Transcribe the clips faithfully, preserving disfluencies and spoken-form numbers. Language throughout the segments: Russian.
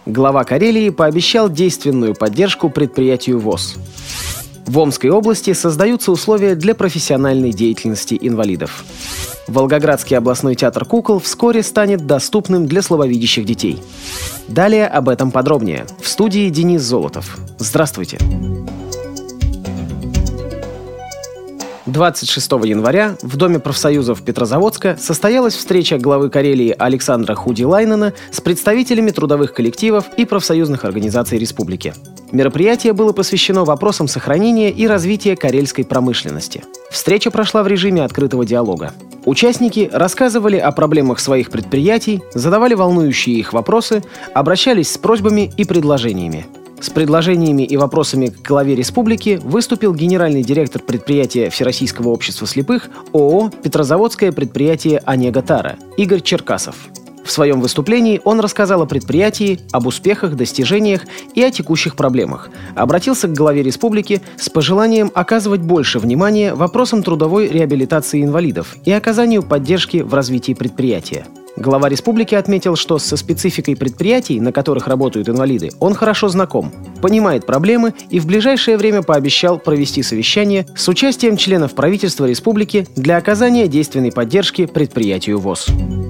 Глава Карелии пообещал действенную поддержку предприятию ВОС. В Омской области создаются условия для профессиональной деятельности инвалидов. Волгоградский областной театр кукол вскоре станет доступным для слабовидящих детей. Далее об этом подробнее. В студии Денис Золотов. Здравствуйте. двадцать шестого января в Доме профсоюзов Петрозаводска состоялась встреча главы Карелии Александра Худи-Лайнена с представителями трудовых коллективов и профсоюзных организаций республики. Мероприятие было посвящено вопросам сохранения и развития карельской промышленности. Встреча прошла в режиме открытого диалога. Участники рассказывали о проблемах своих предприятий, задавали волнующие их вопросы, обращались с просьбами и предложениями. С предложениями и вопросами к главе республики выступил генеральный директор предприятия Всероссийского общества слепых ООО «Петрозаводское предприятие Онега-Тара» Игорь Черкасов. В своем выступлении он рассказал о предприятии, об успехах, достижениях и о текущих проблемах. Обратился к главе республики с пожеланием оказывать больше внимания вопросам трудовой реабилитации инвалидов и оказанию поддержки в развитии предприятия. Глава республики отметил, что со спецификой предприятий, на которых работают инвалиды, он хорошо знаком, понимает проблемы и в ближайшее время пообещал провести совещание с участием членов правительства республики для оказания действенной поддержки предприятию ВОС.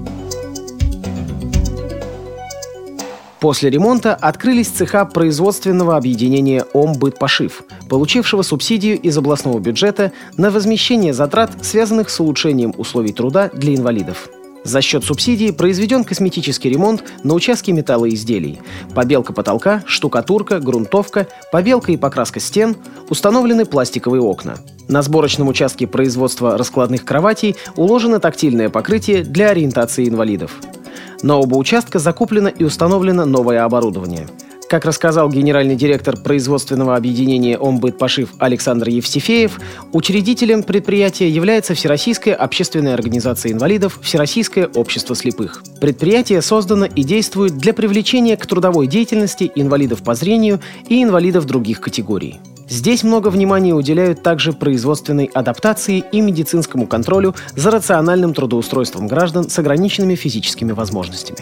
После ремонта открылись цеха производственного объединения «Омбытпошив», получившего субсидию из областного бюджета на возмещение затрат, связанных с улучшением условий труда для инвалидов. За счет субсидии произведен косметический ремонт на участке металлоизделий, побелка потолка, штукатурка, грунтовка, побелка и покраска стен, установлены пластиковые окна. На сборочном участке производства раскладных кроватей уложено тактильное покрытие для ориентации инвалидов. На оба участка закуплено и установлено новое оборудование. Как рассказал генеральный директор производственного объединения «Омбытпошив» Александр Евстифеев, учредителем предприятия является Всероссийская общественная организация инвалидов «Всероссийское общество слепых». Предприятие создано и действует для привлечения к трудовой деятельности инвалидов по зрению и инвалидов других категорий. Здесь много внимания уделяют также производственной адаптации и медицинскому контролю за рациональным трудоустройством граждан с ограниченными физическими возможностями.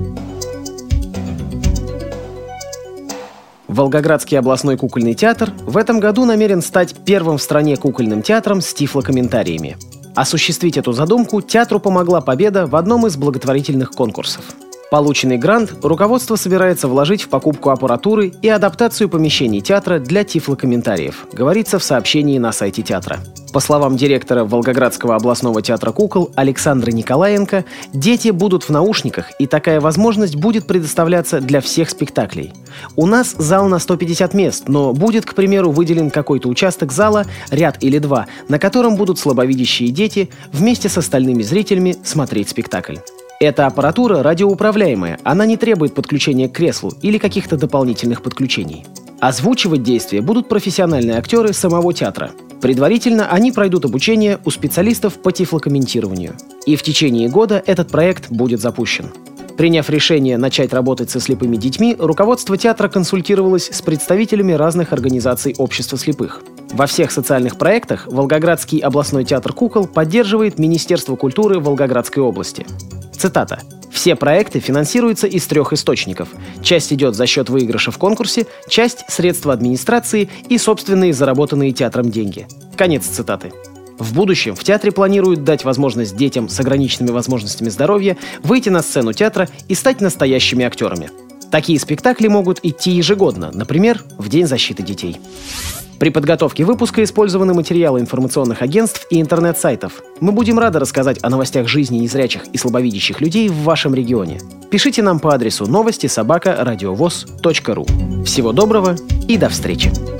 Волгоградский областной кукольный театр в этом году намерен стать первым в стране кукольным театром с тифлокомментариями. Осуществить эту задумку театру помогла победа в одном из благотворительных конкурсов. Полученный грант руководство собирается вложить в покупку аппаратуры и адаптацию помещений театра для тифлокомментариев, говорится в сообщении на сайте театра. По словам директора Волгоградского областного театра кукол Александра Николаенко, дети будут в наушниках, и такая возможность будет предоставляться для всех спектаклей. У нас зал на сто пятьдесят мест, но будет, к примеру, выделен какой-то участок зала, ряд или два, на котором будут слабовидящие дети вместе с остальными зрителями смотреть спектакль. Эта аппаратура радиоуправляемая, она не требует подключения к креслу или каких-то дополнительных подключений. Озвучивать действия будут профессиональные актеры самого театра. Предварительно они пройдут обучение у специалистов по тифлокомментированию. И в течение года этот проект будет запущен. Приняв решение начать работать со слепыми детьми, руководство театра консультировалось с представителями разных организаций общества слепых. Во всех социальных проектах Волгоградский областной театр кукол поддерживает Министерство культуры Волгоградской области. Цитата. «Все проекты финансируются из трех источников. Часть идет за счет выигрыша в конкурсе, часть – средства администрации и собственные заработанные театром деньги». Конец цитаты. В будущем в театре планируют дать возможность детям с ограниченными возможностями здоровья выйти на сцену театра и стать настоящими актерами. Такие спектакли могут идти ежегодно, например, в День защиты детей. При подготовке выпуска использованы материалы информационных агентств и интернет-сайтов. Мы будем рады рассказать о новостях жизни незрячих и слабовидящих людей в вашем регионе. Пишите нам по адресу новости собака радиовоз точка ру. Всего доброго и до встречи!